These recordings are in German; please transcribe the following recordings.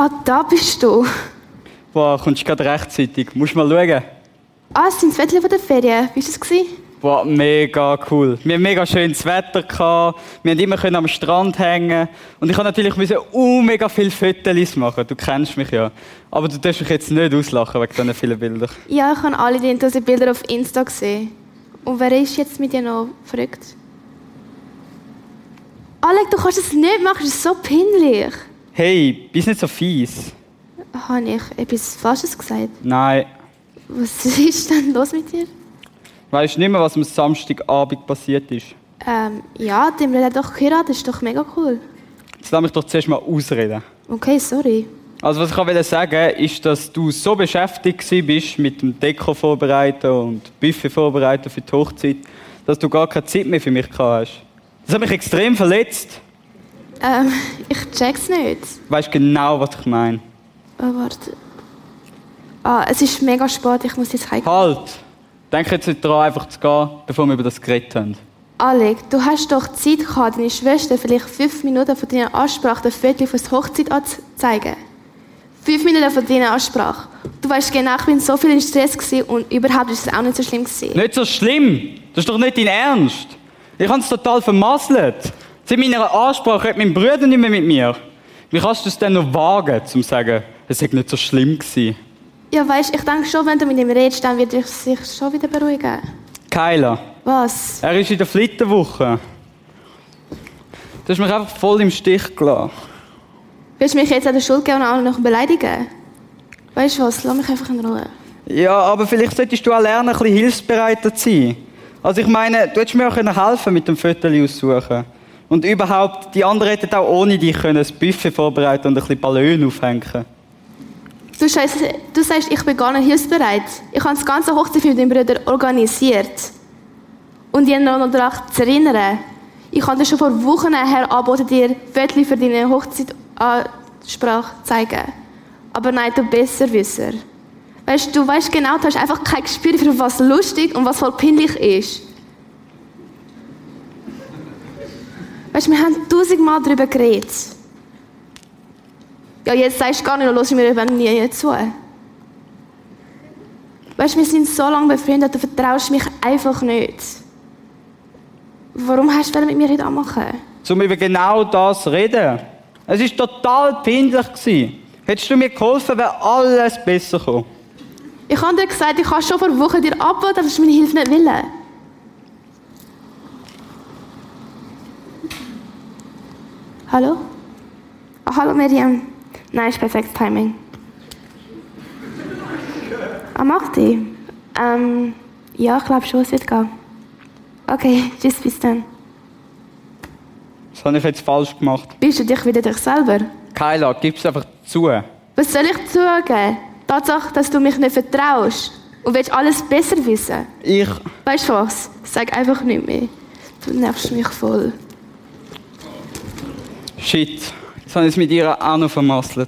Ah, da bist du. Boah, kommst du gerade rechtzeitig. Musst mal schauen. Ah, es sind das Wetter von der Ferien. Wie war das? Boah, mega cool. Wir haben mega schönes Wetter gehabt. Wir konnten immer am Strand hängen. Und ich musste natürlich mega viele Fotos machen. Du kennst mich ja. Aber du darfst mich jetzt nicht auslachen wegen diesen vielen Bildern. Ja, ich habe alle diese Bilder auf Insta gesehen. Und wer ist jetzt mit dir noch verrückt? Alec, du kannst das nicht machen, das ist so peinlich. Hey, bist nicht so fies. Habe ich etwas Falsches gesagt? Nein. Was ist denn los mit dir? Weißt du nicht mehr, was am Samstagabend passiert ist? Ja, dem hat doch geheiratet, das ist doch mega cool. Jetzt lass mich doch zuerst mal ausreden. Okay, sorry. Also was ich sagen wollte, ist, dass du so beschäftigt bist mit dem Deko vorbereiten und Buffet vorbereiten für die Hochzeit, dass du gar keine Zeit mehr für mich gehabt hast. Das hat mich extrem verletzt. Ich check's nicht. Weißt genau, was ich meine? Oh, warte. Ah, es ist mega spät, ich muss jetzt heim. Halt! Denk jetzt nicht daran, einfach zu gehen, bevor wir über das geredet haben. Alec, du hast doch Zeit gehabt, deine Schwester vielleicht 5 Minuten von deiner Ansprache der Viertel von der Hochzeit anzuzeigen. 5 Minuten von deiner Ansprache. Du weißt genau, ich war so viel in Stress und überhaupt ist es auch nicht so schlimm gewesen. Nicht so schlimm? Das ist doch nicht dein Ernst. Ich habe es total vermasselt. Seit meiner Ansprache hat mein Bruder nicht mehr mit mir. Wie kannst du es denn noch wagen, zu sagen, es sei nicht so schlimm gewesen? Ja, weißt, ich denke schon, wenn du mit ihm redest, dann wird er sich schon wieder beruhigen. Kyla. Was? Er ist in der Flitterwoche. Du hast mich einfach voll im Stich gelassen. Willst du mich jetzt an der Schuld geben und auch noch beleidigen? Weißt du was, lass mich einfach in Ruhe. Ja, aber vielleicht solltest du auch lernen, ein bisschen hilfsbereiter zu sein. Also ich meine, du hättest mir auch helfen mit dem Foto aussuchen. Und überhaupt, die anderen hätten auch ohne dich ein Buffet vorbereiten und ein bisschen Ballon aufhängen. Du sagst, ich bin gar nicht hilfsbereit. Ich habe das ganze Hochzeit für deinen Bruder organisiert. Und dich noch daran zu erinnern. Ich habe dir schon vor Wochen her angeboten, dir Fotos für deine Hochzeitsansprache zu zeigen. Aber nein, du Besserwisser. Weißt du, weißt genau, du hast einfach kein Gespür für was lustig und was voll peinlich ist. Weißt du, wir haben 1000-mal darüber geredet. Ja, jetzt sagst du gar nicht, los mir eben nie zu. Weißt du, wir sind so lange befreundet, du vertraust mich einfach nicht. Warum hast du mit mir nicht anmachen? Um über genau das zu reden. Es war total peinlich. Hättest du mir geholfen, wäre alles besser gekommen. Ich habe dir gesagt, ich habe schon vor Wochen dir angeboten, dass du meine Hilfe nicht will. Hallo? Ah, hallo Miriam. Nein, ist perfektes Timing. Ah, mach die. Ja, ich glaube schon, es wird gehen. Okay, tschüss, bis dann. Was habe ich jetzt falsch gemacht? Bist du dich wieder dich selber? Kyla, gib es einfach zu. Was soll ich zugeben? Tatsache, dass du mich nicht vertraust und willst alles besser wissen. Weißt du was? Sag einfach nicht mehr. Du nervst mich voll. Shit, jetzt habe ich es mit ihr auch noch vermasselt.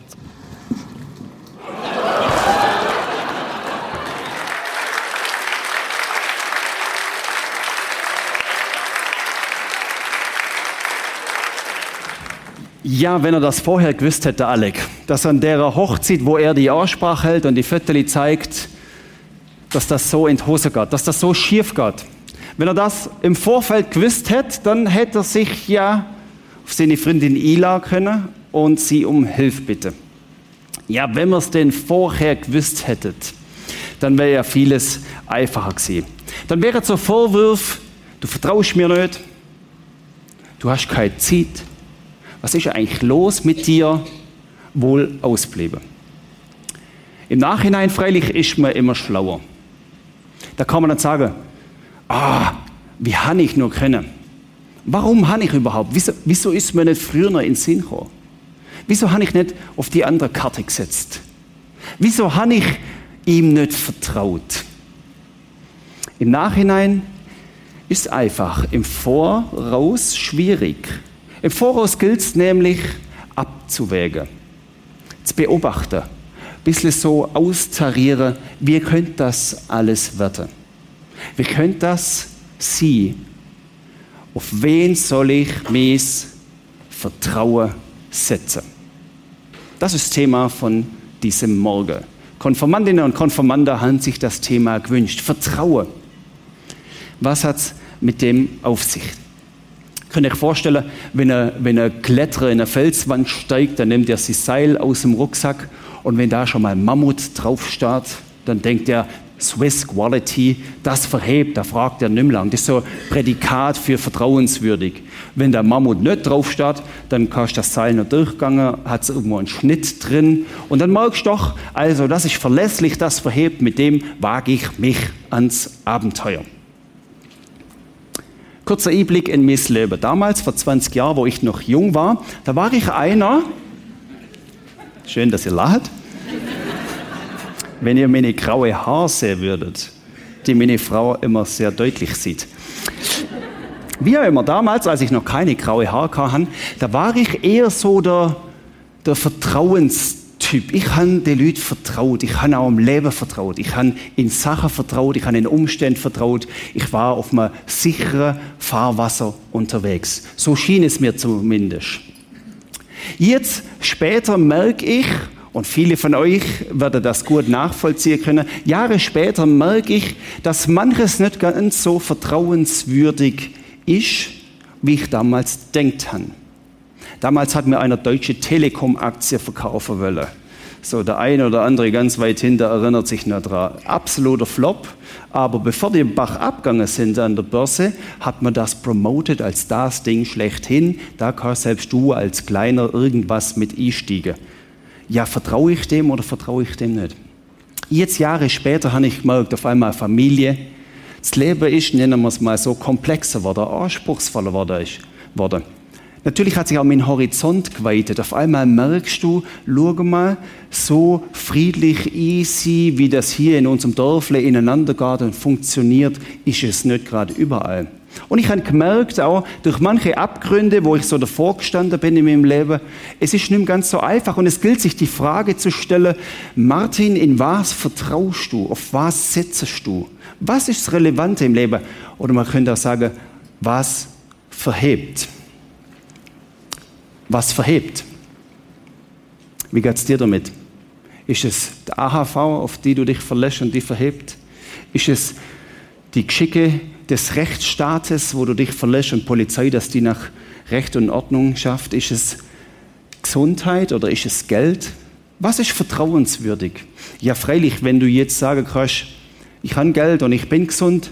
Ja, wenn er das vorher gewusst hätte, Alec, dass an der Hochzeit, wo er die Ansprache hält und die Fotos zeigt, dass das so in die Hose geht, dass das so schief geht. Wenn er das im Vorfeld gewusst hätte, dann hätte er sich ja auf seine Freundin einladen können und sie um Hilfe bitten. Ja, wenn wir es denn vorher gewusst hätten, dann wäre ja vieles einfacher gewesen. Dann wäre so Vorwurf, du vertraust mir nicht, du hast keine Zeit, was ist eigentlich los mit dir, wohl ausbleiben. Im Nachhinein freilich ist man immer schlauer. Da kann man dann sagen, wie habe ich nur können? Warum habe ich überhaupt? Wieso ist mir nicht früher noch in den Sinn gekommen? Wieso habe ich nicht auf die andere Karte gesetzt? Wieso habe ich ihm nicht vertraut? Im Nachhinein ist es einfach, im Voraus schwierig. Im Voraus gilt es nämlich abzuwägen, zu beobachten, ein bisschen so austarieren, wie könnte das alles werden? Wie könnte das sein? Auf wen soll ich mein Vertrauen setzen? Das ist das Thema von diesem Morgen. Konfirmandinnen und Konfirmander haben sich das Thema gewünscht. Vertrauen. Was hat es mit dem auf sich? Könnt ihr euch vorstellen, wenn ein Kletterer in eine Felswand steigt, dann nimmt er sein Seil aus dem Rucksack und wenn da schon mal Mammut drauf steht, dann denkt er, Swiss Quality, das verhebt, da fragt er nicht mehr lang. Das ist so ein Prädikat für vertrauenswürdig. Wenn der Mammut nicht drauf steht, dann kannst du das Seil noch durchgegangen, hat es irgendwo einen Schnitt drin und dann merkst du doch, also das ist verlässlich, das verhebt, mit dem wage ich mich ans Abenteuer. Kurzer Einblick in mein Leben. Damals, vor 20 Jahren, wo ich noch jung war, da war ich einer, schön, dass ihr lacht, wenn ihr meine graue Haare sehen würdet, die meine Frau immer sehr deutlich sieht. Wie auch immer, damals, als ich noch keine graue Haare hatte, da war ich eher so der Vertrauenstyp. Ich habe den Leuten vertraut, ich habe auch im Leben vertraut, ich habe in Sachen vertraut, ich habe in Umständen vertraut. Ich war auf einem sicheren Fahrwasser unterwegs. So schien es mir zumindest. Jetzt, später merke ich, und viele von euch werden das gut nachvollziehen können, Jahre später merke ich, dass manches nicht ganz so vertrauenswürdig ist, wie ich damals gedacht habe. Damals hat mir einer Deutsche Telekom-Aktie verkaufen wollen. So, der eine oder andere ganz weit hinter erinnert sich noch daran. Absoluter Flop. Aber bevor die Bach abgegangen sind an der Börse, hat man das promotet als das Ding schlechthin. Da kann selbst du als Kleiner irgendwas mit einsteigen. Ja, vertraue ich dem oder vertraue ich dem nicht? Jetzt, Jahre später, habe ich gemerkt, auf einmal Familie. Das Leben ist, nennen wir es mal so, komplexer geworden, anspruchsvoller geworden. Natürlich hat sich auch mein Horizont geweitet. Auf einmal merkst du, schau mal, so friedlich, easy, wie das hier in unserem Dörfle ineinander geht und funktioniert, ist es nicht gerade überall. Und ich habe gemerkt, auch durch manche Abgründe, wo ich so davor gestanden bin in meinem Leben, es ist nicht mehr ganz so einfach. Und es gilt, sich die Frage zu stellen, Martin, in was vertraust du? Auf was setzt du? Was ist das Relevante im Leben? Oder man könnte auch sagen, was verhebt? Was verhebt? Wie geht es dir damit? Ist es die AHV, auf die du dich verlässt und die verhebt? Ist es die Geschicke des Rechtsstaates, wo du dich verlässt und Polizei, dass die nach Recht und Ordnung schafft? Ist es Gesundheit oder ist es Geld? Was ist vertrauenswürdig? Ja, freilich, wenn du jetzt sagen kannst, ich habe Geld und ich bin gesund,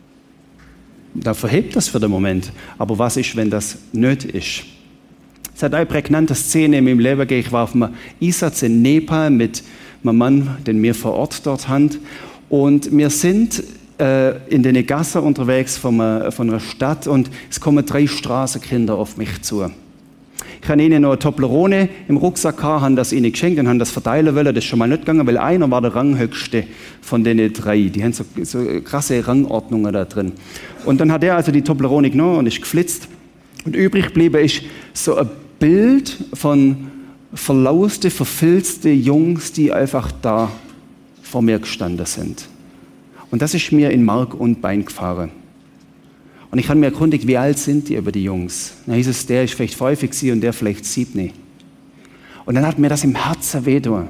dann verhebt das für den Moment. Aber was ist, wenn das nicht ist? Es hat eine prägnante Szene in meinem Leben gegeben. Ich war auf einem Einsatz in Nepal mit meinem Mann, den wir vor Ort dort haben. Und wir sind in den Gassen unterwegs von einer Stadt und es kommen 3 Straßenkinder auf mich zu. Ich habe ihnen noch eine Toblerone im Rucksack gehabt, habe das ihnen geschenkt und habe das verteilen wollen. Das ist schon mal nicht gegangen, weil einer war der Ranghöchste von den 3. Die haben so krasse Rangordnungen da drin. Und dann hat er also die Toblerone genommen und ist geflitzt. Und übrig geblieben ist so ein Bild von verlauste, verfilzte Jungs, die einfach da vor mir gestanden sind. Und das ist mir in Mark und Bein gefahren. Und ich habe mir erkundigt, wie alt sind die über die Jungs? Dann hieß es, der ist vielleicht 5 und der vielleicht 7. Und dann hat mir das im Herzen wehgetan.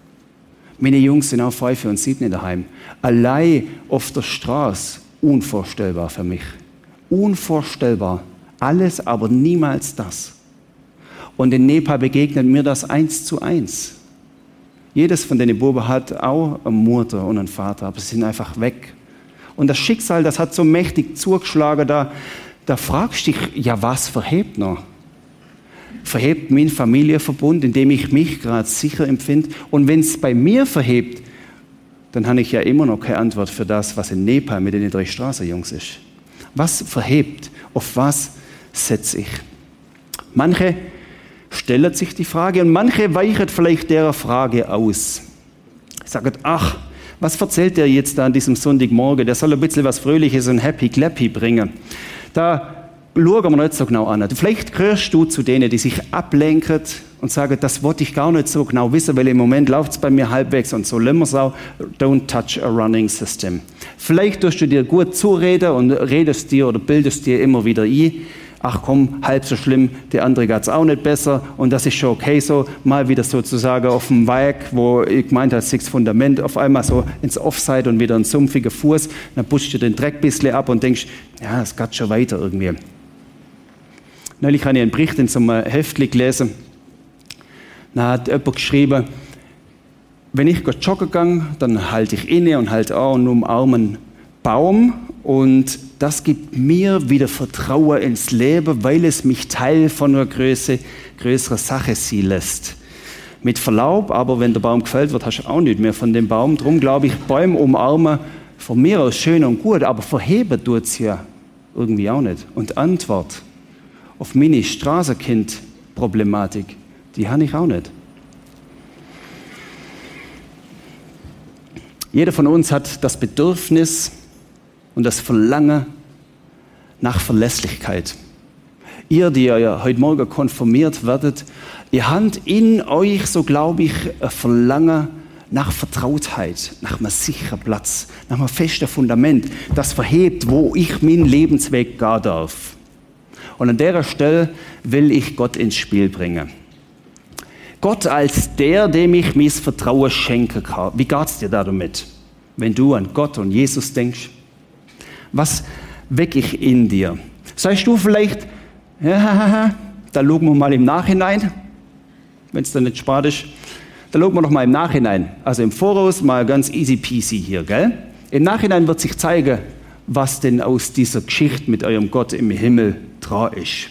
Meine Jungs sind auch 5 und 7 daheim. Allein auf der Straße, unvorstellbar für mich. Unvorstellbar. Alles, aber niemals das. Und in Nepal begegnet mir das 1:1. Jedes von den Buben hat auch eine Mutter und einen Vater, aber sie sind einfach weg. Und das Schicksal, das hat so mächtig zugeschlagen, da fragst du dich, ja, was verhebt noch? Verhebt mein Familienverbund, in dem ich mich gerade sicher empfinde? Und wenn es bei mir verhebt, dann habe ich ja immer noch keine Antwort für das, was in Nepal mit den 3 Straßenjungs ist. Was verhebt? Auf was setze ich? Manche stellen sich die Frage und manche weichen vielleicht der Frage aus. Sagen, ach, was erzählt der jetzt da an diesem Sonntagmorgen? Der soll ein bisschen was Fröhliches und Happy-Clappy bringen. Da schauen wir nicht so genau an. Vielleicht gehörst du zu denen, die sich ablenken und sagen, das wollte ich gar nicht so genau wissen, weil im Moment läuft es bei mir halbwegs und so lassen wir es auch. Don't touch a running system. Vielleicht tust du dir gut zureden und redest dir oder bildest dir immer wieder ein, ach komm, halb so schlimm, der andere geht's auch nicht besser und das ist schon okay so, mal wieder sozusagen auf dem Weg, wo ich gemeint habe, das Fundament, auf einmal so ins Offside und wieder ein sumpfiger Fuß, dann putzt du den Dreck ein bisschen ab und denkst, ja, es geht schon weiter irgendwie. Neulich habe ich einen Bericht in so einem Heftchen gelesen, da hat jemand geschrieben, wenn ich joggen gehe, dann halte ich inne und halte an und umarme einen Baum und das gibt mir wieder Vertrauen ins Leben, weil es mich Teil von einer größeren Sache sein lässt. Mit Verlaub, aber wenn der Baum gefällt wird, hast du auch nicht mehr von dem Baum. Darum glaube ich, Bäume umarmen von mir aus schön und gut, aber verheben tut es ja irgendwie auch nicht. Und Antwort auf meine Straßenkind-Problematik, die habe ich auch nicht. Jeder von uns hat das Bedürfnis und das Verlangen nach Verlässlichkeit. Ihr, die ja heute Morgen konfirmiert werdet, ihr habt in euch, so glaube ich, ein Verlangen nach Vertrautheit, nach einem sicheren Platz, nach einem festen Fundament, das verhebt, wo ich meinen Lebensweg gehen darf. Und an der Stelle will ich Gott ins Spiel bringen. Gott als der, dem ich mein Vertrauen schenken kann. Wie geht's dir da damit, wenn du an Gott und Jesus denkst? Was wecke ich in dir? Sagst du vielleicht, ja, da schauen wir mal im Nachhinein, wenn es dann nicht spät ist, da schauen wir noch mal im Nachhinein. Also im Voraus mal ganz easy peasy hier, gell? Im Nachhinein wird sich zeigen, was denn aus dieser Geschichte mit eurem Gott im Himmel dran ist.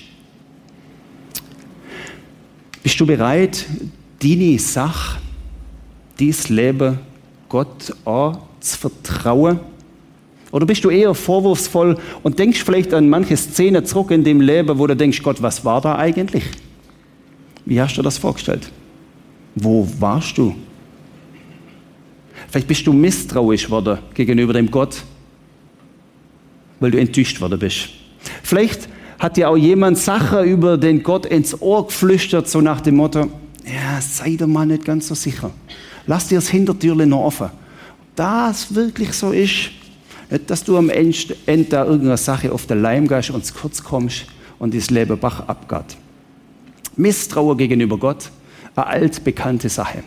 Bist du bereit, deine Sache, dieses Leben Gott zu vertrauen? Oder bist du eher vorwurfsvoll und denkst vielleicht an manche Szenen zurück in dem Leben, wo du denkst, Gott, was war da eigentlich? Wie hast du das vorgestellt? Wo warst du? Vielleicht bist du misstrauisch worden gegenüber dem Gott, weil du enttäuscht worden bist. Vielleicht hat dir auch jemand Sachen über den Gott ins Ohr geflüstert, so nach dem Motto, ja, sei dir mal nicht ganz so sicher. Lass dir das Hintertürchen noch offen. Ob das wirklich so ist, nicht, dass du am Ende da irgendeine Sache auf den Leim gehst und zu kurz kommst und das Leben Bach abgeht. Misstrauen gegenüber Gott, eine altbekannte Sache.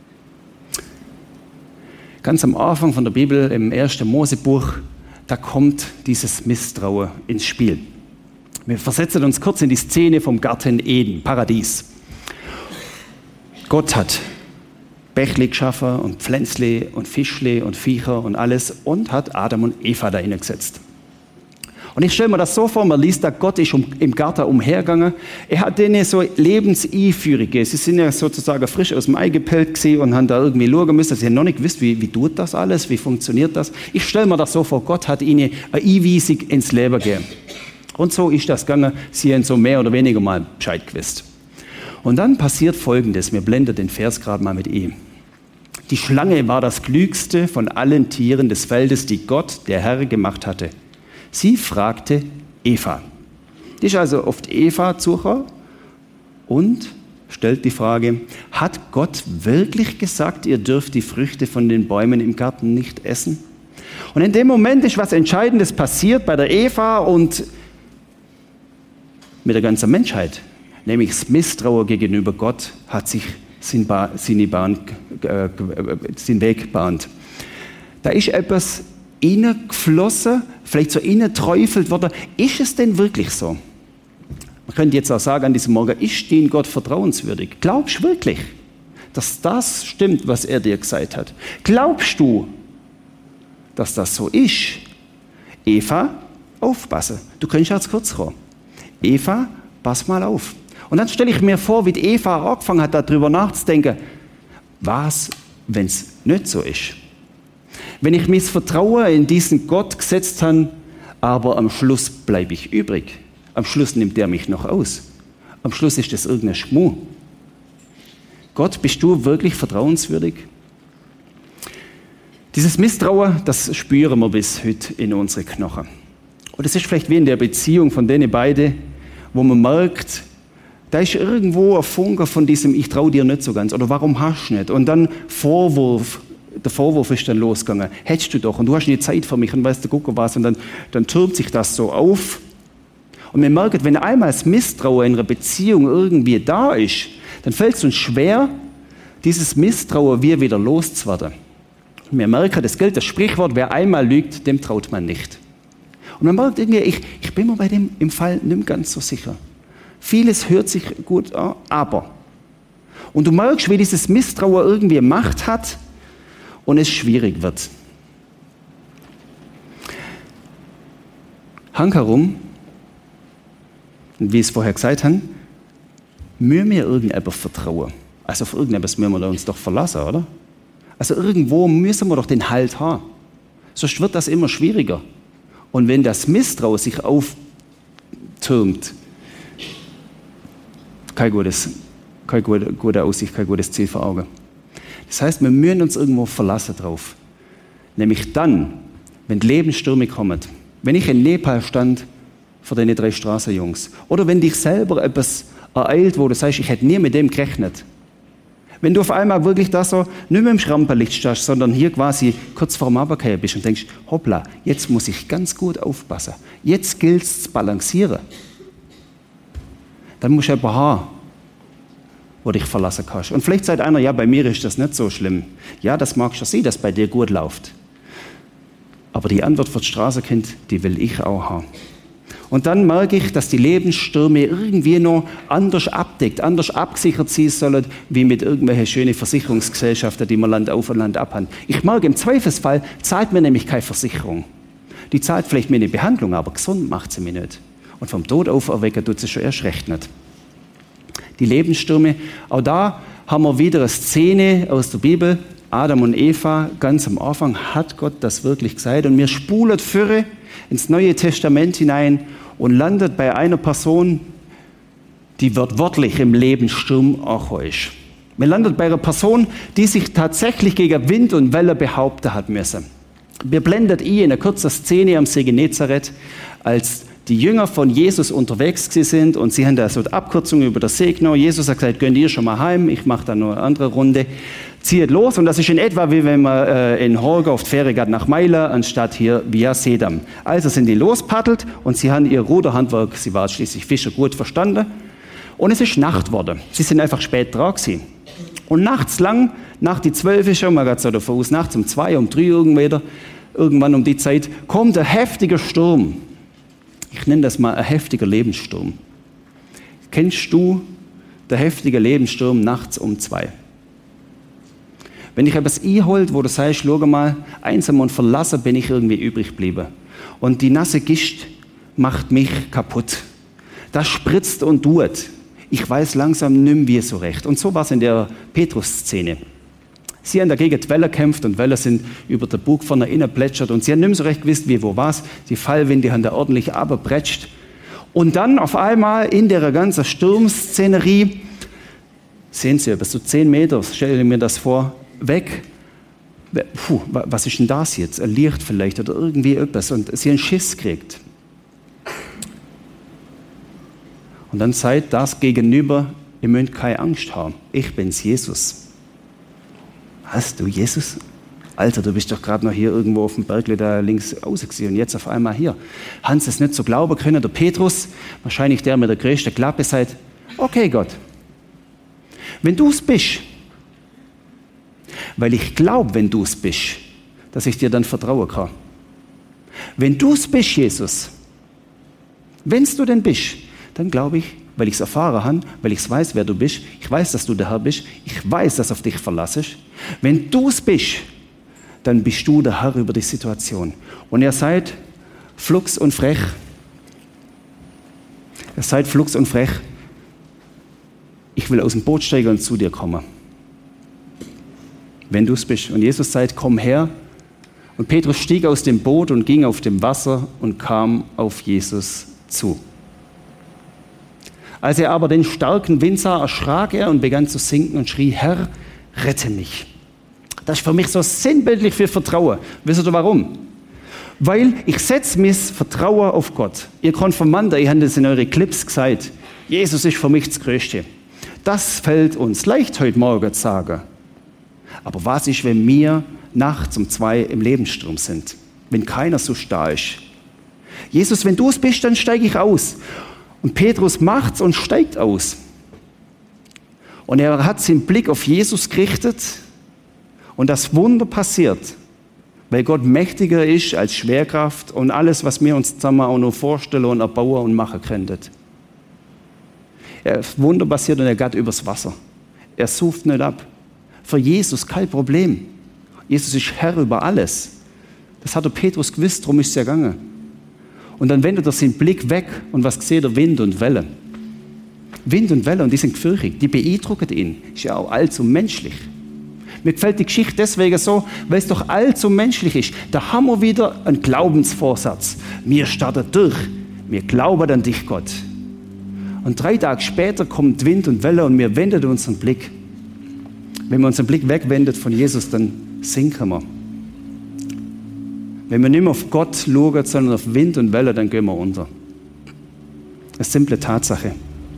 Ganz am Anfang von der Bibel, im 1. Mosebuch, da kommt dieses Misstrauen ins Spiel. Wir versetzen uns kurz in die Szene vom Garten Eden, Paradies. Gott hat Bächle geschaffen und Pflänzle und Fischle und Viecher und alles und hat Adam und Eva da hineingesetzt. Und ich stelle mir das so vor, man liest da, Gott ist im Garten umhergegangen. Er hat denen so Lebenseinführung gegeben. Sie sind ja sozusagen frisch aus dem Ei gepellt gewesen und haben da irgendwie schauen müssen. Sie haben noch nicht gewusst, wie tut das alles, wie funktioniert das. Ich stelle mir das so vor, Gott hat ihnen eine Einweisung ins Leben gegeben. Und so ist das gegangen. Sie haben so mehr oder weniger mal Bescheid gewusst. Und dann passiert Folgendes. Wir blenden den Vers gerade mal mit ihm. Die Schlange war das klügste von allen Tieren des Feldes, die Gott, der Herr, gemacht hatte. Sie fragte Eva. Die ist also oft Eva zugekommen und stellt die Frage, hat Gott wirklich gesagt, ihr dürft die Früchte von den Bäumen im Garten nicht essen? Und in dem Moment ist was Entscheidendes passiert bei der Eva und mit der ganzen Menschheit. Nämlich das Misstrauen gegenüber Gott hat sich seinen Weg gebahnt. Da ist etwas reingeflossen, vielleicht so reingeträufelt worden. Ist es denn wirklich so? Man könnte jetzt auch sagen an diesem Morgen, ist dein Gott vertrauenswürdig? Glaubst du wirklich, dass das stimmt, was er dir gesagt hat? Glaubst du, dass das so ist? Eva, aufpassen. Du könntest jetzt kurz kommen. Eva, pass mal auf. Und dann stelle ich mir vor, wie die Eva angefangen hat, darüber nachzudenken, was, wenn es nicht so ist? Wenn ich mein Vertrauen in diesen Gott gesetzt habe, aber am Schluss bleibe ich übrig. Am Schluss nimmt er mich noch aus. Am Schluss ist das irgendein Schmuh. Gott, bist du wirklich vertrauenswürdig? Dieses Misstrauen, das spüren wir bis heute in unsere Knochen. Und es ist vielleicht wie in der Beziehung von denen beiden, wo man merkt, da ist irgendwo ein Funke von diesem, ich traue dir nicht so ganz, oder warum hast du nicht? Und dann der Vorwurf ist dann losgegangen, hättest du doch, und du hast nicht Zeit für mich, und weißt du, guck was, und dann türmt sich das so auf. Und wir merken, wenn einmal das Misstrauen in einer Beziehung irgendwie da ist, dann fällt es uns schwer, dieses Misstrauen wieder loszuwerden. Und wir merken, das gilt das Sprichwort, wer einmal lügt, dem traut man nicht. Und man merkt irgendwie, ich bin mir bei dem im Fall nicht mehr ganz so sicher. Vieles hört sich gut an, aber. Und du merkst, wie dieses Misstrauen irgendwie Macht hat und es schwierig wird. Hankerum, wie ich es vorher gesagt habe, müssen wir irgendetwas vertrauen. Also auf irgendetwas müssen wir uns doch verlassen, oder? Also irgendwo müssen wir doch den Halt haben. Sonst wird das immer schwieriger. Und wenn das Misstrauen sich auftürmt, keine gute Aussicht, kein gutes Ziel vor Augen. Das heißt, wir müssen uns irgendwo verlassen drauf. Nämlich dann, wenn die Lebensstürme kommen. Wenn ich in Nepal stand vor den 3 Straßenjungs. Oder wenn dich selber etwas ereilt, wo du sagst, ich hätte nie mit dem gerechnet. Wenn du auf einmal wirklich da so nicht mehr im Schramperlicht stehst, sondern hier quasi kurz vor dem Abkehr bist und denkst, hoppla, jetzt muss ich ganz gut aufpassen. Jetzt gilt es zu balancieren. Dann musst du jemanden haben, wo dich verlassen kannst. Und vielleicht sagt einer, ja, bei mir ist das nicht so schlimm. Ja, das mag schon sein, dass bei dir gut läuft. Aber die Antwort für das Straßenkind, die will ich auch haben. Und dann merke ich, dass die Lebensstürme irgendwie noch anders abdeckt, anders abgesichert sein sollen, wie mit irgendwelchen schönen Versicherungsgesellschaften, die wir Land auf und Land ab haben. Ich merke, im Zweifelsfall zahlt mir nämlich keine Versicherung. Die zahlt vielleicht mir eine Behandlung, aber gesund macht sie mich nicht. Und vom Tod auferwecken tut sie schon erst recht nicht. Die Lebensstürme, auch da haben wir wieder eine Szene aus der Bibel. Adam und Eva, ganz am Anfang hat Gott das wirklich gesagt. Und wir spulen führe ins Neue Testament hinein und landet bei einer Person, die wörtlich im Lebenssturm auch ist. Wir landet bei einer Person, die sich tatsächlich gegen Wind und Welle behaupten hat müssen. Wir blendet in einer kurzen Szene am See Genezareth, als die Jünger von Jesus unterwegs sind und sie haben da so eine Abkürzung über den See genommen. Jesus hat gesagt, gönnt ihr schon mal heim, ich mache da noch eine andere Runde. Zieht los und das ist in etwa wie wenn man in Horga auf die Fähre geht nach Meiler, anstatt hier via Sedam. Also sind die lospaddelt und sie haben ihr Ruderhandwerk, sie waren schließlich Fischer, gut verstanden. Und es ist Nacht geworden. Sie sind einfach spät dran gewesen. Und nachts lang, nach die 12 schon, man geht so davon aus, nachts um 2, um 3 irgendwann um die Zeit, kommt ein heftiger Sturm. Ich nenne das mal ein heftiger Lebenssturm. Kennst du den heftigen Lebenssturm nachts um 2? Wenn ich etwas einholt, wo du sagst, schau mal, einsam und verlassen bin ich irgendwie übrig geblieben. Und die nasse Gischt macht mich kaputt. Das spritzt und tut. Ich weiß langsam nicht mehr, wie so recht. Und so war es in der Petrus-Szene. Sie haben dagegen die Wellen gekämpft und Wellen sind über den Bug von der Innen plätschert und sie haben nicht mehr so recht gewusst, wie wo was. Die Fallwinde haben da ordentlich abgebretscht. Und dann auf einmal in der ganzen Sturmszenerie, sehen Sie, über so 10 Meter, stelle ich mir das vor, weg. Puh, was ist denn das jetzt? Ein Licht vielleicht oder irgendwie etwas. Und sie haben Schiss gekriegt. Und dann sagt das Gegenüber, ihr müsst keine Angst haben. Ich bin's, Jesus. Was, du Jesus? Alter, du bist doch gerade noch hier irgendwo auf dem Bergle da links rausgesehen und jetzt auf einmal hier. Haben sie es nicht so glauben können? Der Petrus, wahrscheinlich der mit der größten Klappe, sagt, okay Gott, wenn du es bist, weil ich glaube, wenn du es bist, dass ich dir dann vertrauen kann. Wenn du es bist, Jesus, wenn es du denn bist, dann glaube ich, weil ich es erfahren habe, weil ich es weiß, wer du bist, ich weiß, dass du der Herr bist, ich weiß, dass auf dich Verlass ist. Wenn du es bist, dann bist du der Herr über die Situation. Und ihr seid flugs und frech. Ihr seid flugs und frech. Ich will aus dem Boot steigen und zu dir kommen. Wenn du es bist. Und Jesus sagt, komm her. Und Petrus stieg aus dem Boot und ging auf dem Wasser und kam auf Jesus zu. Als er aber den starken Wind sah, erschrak er und begann zu sinken und schrie, Herr, rette mich. Das ist für mich so sinnbildlich für Vertrauen. Wisst ihr warum? Weil ich setze mein Vertrauen auf Gott. Ihr Konfirmander, ihr habt das in eure Clips gesagt. Jesus ist für mich das Größte. Das fällt uns leicht heute Morgen zu sagen. Aber was ist, wenn wir nachts um 2 im Lebenssturm sind? Wenn keiner so stark ist? Jesus, wenn du es bist, dann steige ich aus. Und Petrus macht's und steigt aus. Und er hat seinen Blick auf Jesus gerichtet und das Wunder passiert, weil Gott mächtiger ist als Schwerkraft und alles, was wir uns zusammen auch noch vorstellen und erbauen und machen könnten. Das Wunder passiert und er geht übers Wasser. Er sucht nicht ab. Für Jesus kein Problem. Jesus ist Herr über alles. Das hat der Petrus gewusst, darum ist es ja gegangen. Und dann wendet er seinen Blick weg und was sieht er? Wind und Welle. Wind und Welle, und die sind gefürchtig, die beeindrucken ihn. Ist ja auch allzu menschlich. Mir gefällt die Geschichte deswegen so, weil es doch allzu menschlich ist. Da haben wir wieder einen Glaubensvorsatz. Wir starten durch. Wir glauben an dich, Gott. Und 3 Tage später kommt Wind und Welle und wir wenden unseren Blick. Wenn wir unseren Blick wegwendet von Jesus, dann sinken wir. Wenn wir nicht mehr auf Gott schauen, sondern auf Wind und Welle, dann gehen wir unter. Das ist eine simple Tatsache.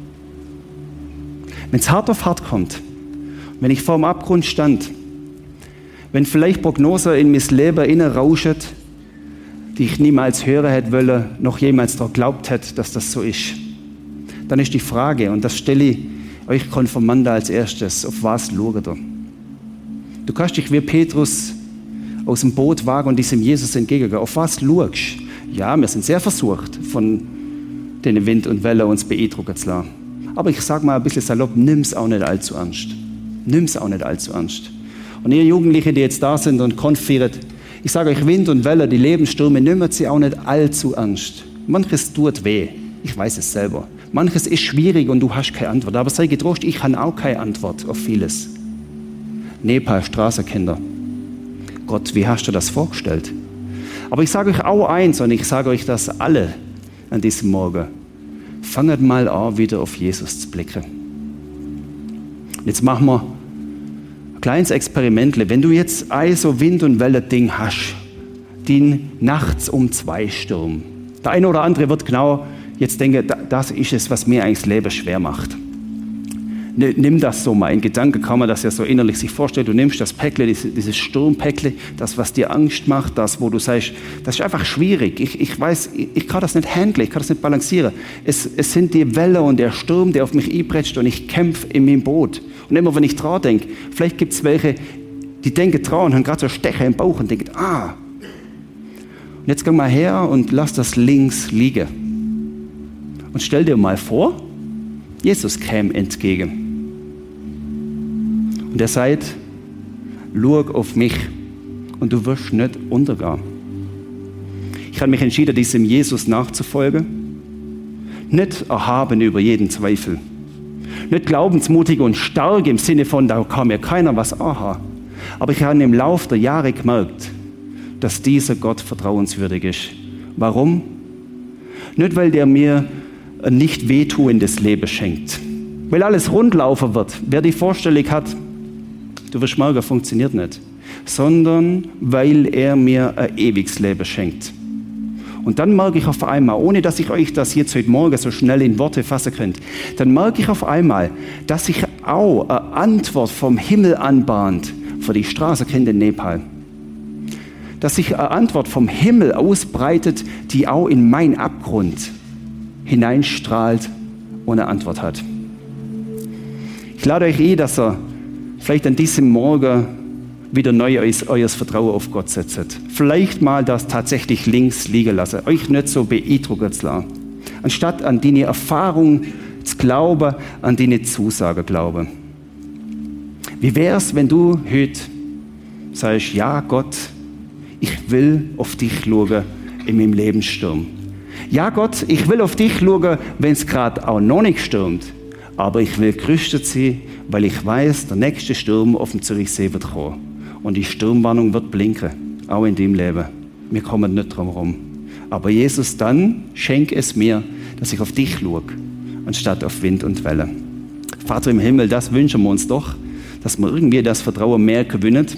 Wenn es hart auf hart kommt, wenn ich vor dem Abgrund stand, wenn vielleicht Prognosen in mein Leben rauschen, die ich niemals hören hätte wollen, noch jemals daran geglaubt hätte, dass das so ist, dann ist die Frage, und das stelle ich euch Konfirmanden als erstes, auf was schaut ihr? Du kannst dich wie Petrus aus dem Boot wagen und diesem Jesus entgegengehen. Auf was schaust du? Ja, wir sind sehr versucht, von den Wind und Welle uns beeindrucken zu lassen. Aber ich sage mal ein bisschen salopp, nimm es auch nicht allzu ernst. Nimm es auch nicht allzu ernst. Und ihr Jugendliche, die jetzt da sind und konfirieren, ich sage euch, Wind und Welle, die Lebensstürme, nimmt sie auch nicht allzu ernst. Manches tut weh. Ich weiß es selber. Manches ist schwierig und du hast keine Antwort. Aber sei getrost, ich habe auch keine Antwort auf vieles. Nepal, Straßenkinder. Gott, wie hast du das vorgestellt? Aber ich sage euch auch eins und ich sage euch das alle an diesem Morgen. Fangt mal an, wieder auf Jesus zu blicken. Jetzt machen wir ein kleines Experiment. Wenn du jetzt so Wind- und Welle-Ding hast, den nachts um 2 Sturm. Der eine oder andere wird genau jetzt denken, das ist es, was mir eigentlich das Leben schwer macht. Nimm das so mal. In Gedanken kann man das ja so innerlich sich vorstellen. Du nimmst das Päckle, dieses Sturmpäckle, das, was dir Angst macht, das, wo du sagst, das ist einfach schwierig. Ich weiß, ich kann das nicht handeln, ich kann das nicht balancieren. Es sind die Wellen und der Sturm, der auf mich einpretscht und ich kämpfe in meinem Boot. Und immer, wenn ich dran denke, vielleicht gibt es welche, die denken dran und haben gerade so Stecher im Bauch und denken, Und jetzt geh mal her und lass das links liegen. Und stell dir mal vor, Jesus käme entgegen. Und er sagt, schau auf mich und du wirst nicht untergehen. Ich habe mich entschieden, diesem Jesus nachzufolgen. Nicht erhaben über jeden Zweifel. Nicht glaubensmutig und stark im Sinne von, da kann mir keiner was aha. Aber ich habe im Laufe der Jahre gemerkt, dass dieser Gott vertrauenswürdig ist. Warum? Nicht, weil der mir ein nicht wehtuendes Leben schenkt. Weil alles rundlaufen wird. Wer die Vorstellung hat, du wirst merken, funktioniert nicht. Sondern weil er mir ein ewiges Leben schenkt. Und dann merke ich auf einmal, ohne dass ich euch das jetzt heute Morgen so schnell in Worte fassen könnt, dann merke ich auf einmal, dass sich auch eine Antwort vom Himmel anbahnt für die Straßenkinder in Nepal. Dass sich eine Antwort vom Himmel ausbreitet, die auch in meinen Abgrund hineinstrahlt und eine Antwort hat. Ich lade euch dass ihr vielleicht an diesem Morgen wieder neu euer Vertrauen auf Gott setzt. Vielleicht mal das tatsächlich links liegen lassen. Euch nicht so beeindrucken zu lassen. Anstatt an deine Erfahrung zu glauben, an deine Zusage glauben. Wie wäre es, wenn du heute sagst, ja Gott, ich will auf dich schauen in meinem Lebenssturm. Ja Gott, ich will auf dich schauen, wenn es gerade auch noch nicht stürmt. Aber ich will gerüstet sein, weil ich weiß, der nächste Sturm auf dem Zürichsee wird kommen. Und die Sturmwarnung wird blinken, auch in deinem Leben. Wir kommen nicht drum herum. Aber Jesus, dann schenk es mir, dass ich auf dich schaue, anstatt auf Wind und Welle. Vater im Himmel, das wünschen wir uns doch, dass wir irgendwie das Vertrauen mehr gewinnen,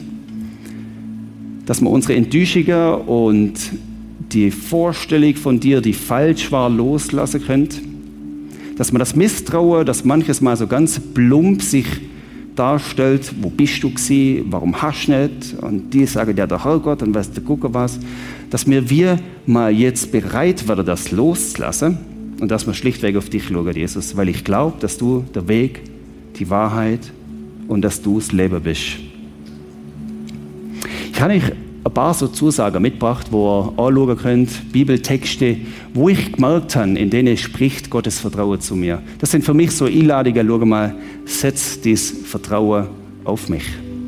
dass wir unsere Enttäuschungen und die Vorstellung von dir, die falsch war, loslassen können. Dass man das Misstrauen, das manches Mal so ganz plump sich darstellt, wo bist du gewesen, warum hast du nicht? Und die sagen, ja, der Herrgott und weißt du, gucken was. Dass wir mal jetzt bereit werden, das loszulassen und dass wir schlichtweg auf dich schauen, Jesus, weil ich glaube, dass du der Weg, die Wahrheit und dass du das Leben bist. Ich habe euch ein paar so Zusagen mitgebracht, wo ihr anschauen könnt, Bibeltexte, wo ich gemerkt habe, in denen spricht Gottes Vertrauen zu mir. Das sind für mich so Einladungen, schau mal, setz dieses Vertrauen auf mich.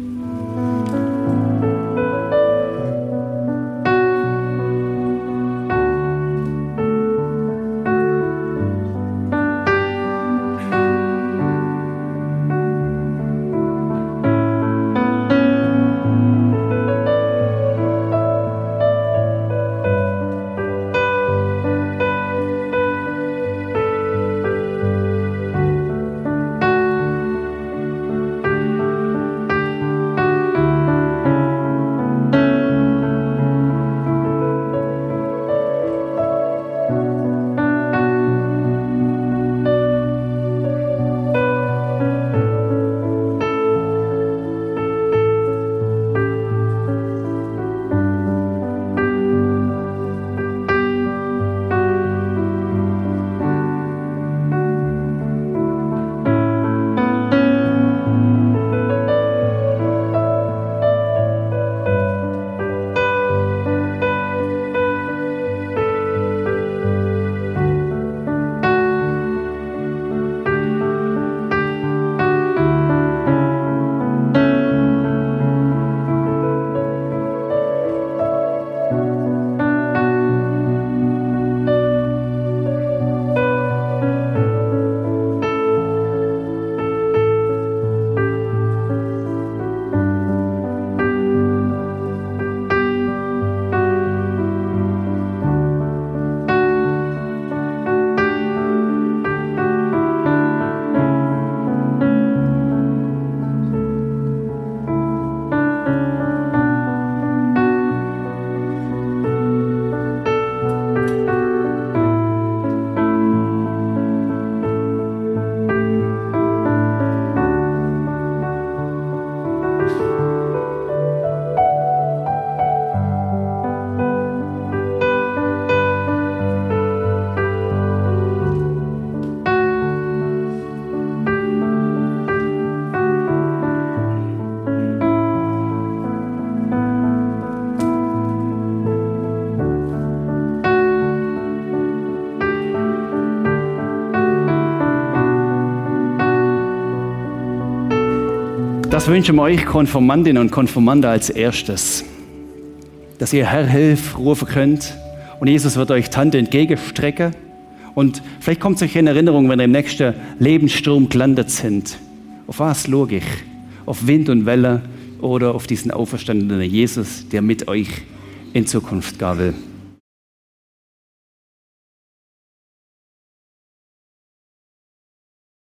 Das wünschen wir euch Konformantinnen und Konformanten als erstes, dass ihr Herr, hilf rufen könnt und Jesus wird euch die Hand entgegenstrecken und vielleicht kommt es euch in Erinnerung, wenn ihr im nächsten Lebenssturm gelandet sind. Auf was schaue ich? Auf Wind und Welle oder auf diesen auferstandenen Jesus, der mit euch in Zukunft gehen will?